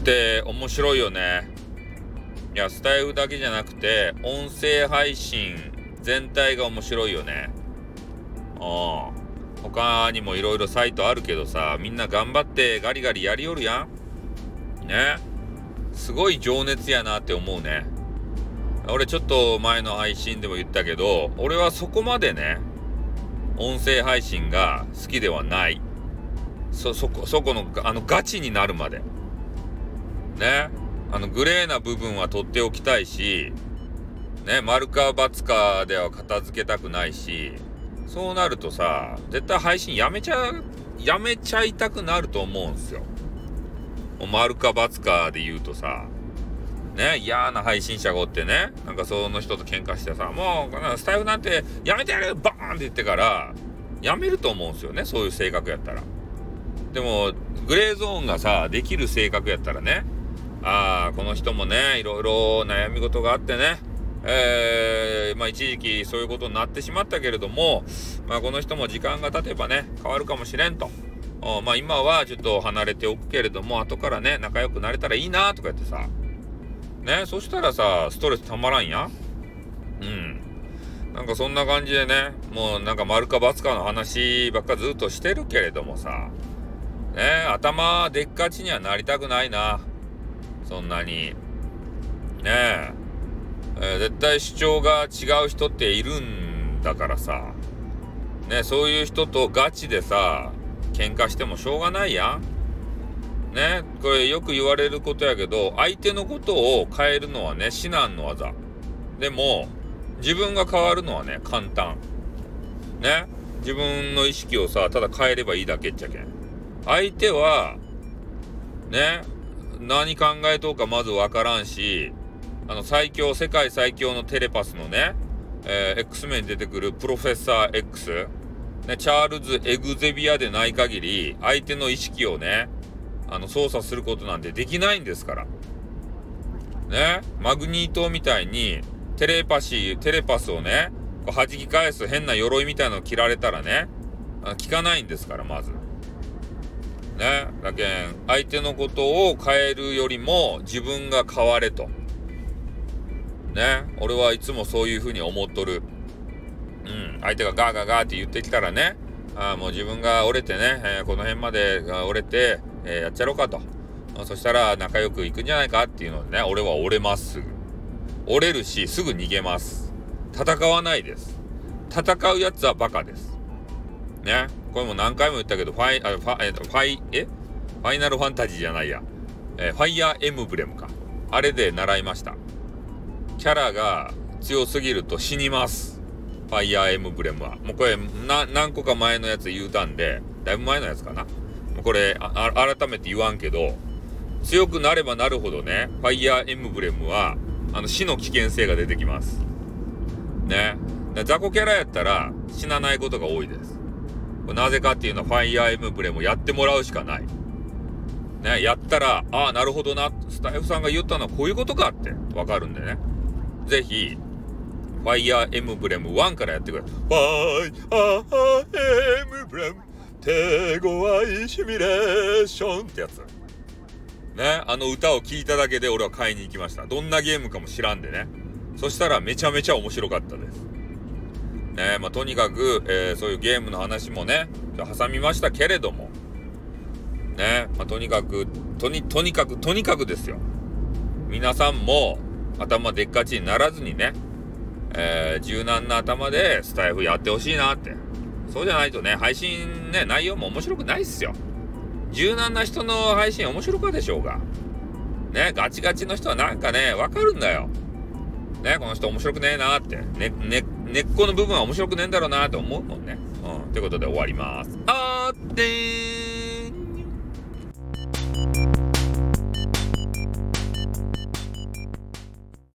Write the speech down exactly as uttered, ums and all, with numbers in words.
って面白いよね。いや、スタイフだけじゃなくて音声配信全体が面白いよね。ああ、他にもいろいろサイトあるけどさ、みんな頑張ってガリガリやりよるやんね。すごい情熱やなって思うね。俺ちょっと前の配信でも言ったけど、俺はそこまでね音声配信が好きではない。そそこそこのあのガチになるまでね、あのグレーな部分は取っておきたいしね、丸か×かでは片付けたくないし、そうなるとさ、絶対配信やめちゃやめちゃいたくなると思うんすよ。丸か×かで言うとさね、嫌な配信者がおってね、なんかその人と喧嘩してさ、もうスタイフなんてやめてやるバーンって言ってからやめると思うんですよね、そういう性格やったら。でもグレーゾーンがさできる性格やったらね、ああこの人もねいろいろ悩み事があってね、えー、まあ一時期そういうことになってしまったけれども、まあこの人も時間が経てばね変わるかもしれんと。まあ今はちょっと離れておくけれども、後からね仲良くなれたらいいなとか言ってさね、そしたらさストレスたまらんや。うんなんかそんな感じでね、もうなんか丸か×かの話ばっかずっとしてるけれどもさね、頭でっかちにはなりたくないな、そんなにねええー、絶対主張が違う人っているんだからさね、そういう人とガチでさ喧嘩してもしょうがないやんね。これよく言われることやけど、相手のことを変えるのはね至難の業でも、自分が変わるのはね簡単ね。自分の意識をさただ変えればいいだけっちゃけん。相手はね何考えとうかまずわからんし、あの最強世界最強のテレパスのね、えー、X メンに出てくるプロフェッサー X、ね、チャールズ・エグゼビアでない限り相手の意識をねあの操作することなんてできないんですからね。マグニートみたいにテレパシーテレパスをねこう弾き返す変な鎧みたいなのを着られたらね効かないんですから、まずね。だけん相手のことを変えるよりも自分が変われとね、俺はいつもそういう風に思っとる。うん相手がガーガーガーって言ってきたらね、あもう自分が折れてね、えー、この辺まで折れて、えー、やっちゃろうかと。そしたら仲良くいくんじゃないかっていうのでね、俺は折れます。すぐ折れるしすぐ逃げます。戦わないです。戦うやつはバカですね。これも何回も言ったけど、ファイあファえファイえファイナルファンタジーじゃないや、えー、ファイヤーエムブレムか、あれで習いました。キャラが強すぎると死にます。ファイヤーエムブレムはもうこれな何個か前のやつ言うたんで、だいぶ前のやつかな。もうこれあ改めて言わんけど、強くなればなるほどねファイヤーエムブレムはあの死の危険性が出てきますね。雑魚キャラやったら死なないことが多いです。なぜかっていうのはファイヤーエムブレムをやってもらうしかないね。やったらああなるほどな、スタイフさんが言ったのはこういうことかってわかるんでね、ぜひファイヤーエムブレムワンからやってくれ。ファイヤーエムブレム手強いシミュレーションってやつね。あの歌を聴いただけで俺は買いに行きました。どんなゲームかも知らんでね。そしたらめちゃめちゃ面白かったですね。まあとにかく、えー、そういうゲームの話もね挟みましたけれどもね、まあ、とにかくとにとにかくとにかくですよ。皆さんも頭でっかちにならずにね、えー、柔軟な頭でスタイフやってほしいなって。そうじゃないとね配信ね内容も面白くないっすよ。柔軟な人の配信面白かでしょうがね、ガチガチの人はなんかねわかるんだよね、この人面白くねえなって、ねね根っこの部分は面白くねえんだろうなって思うもんね。うんということで終わります。あーってー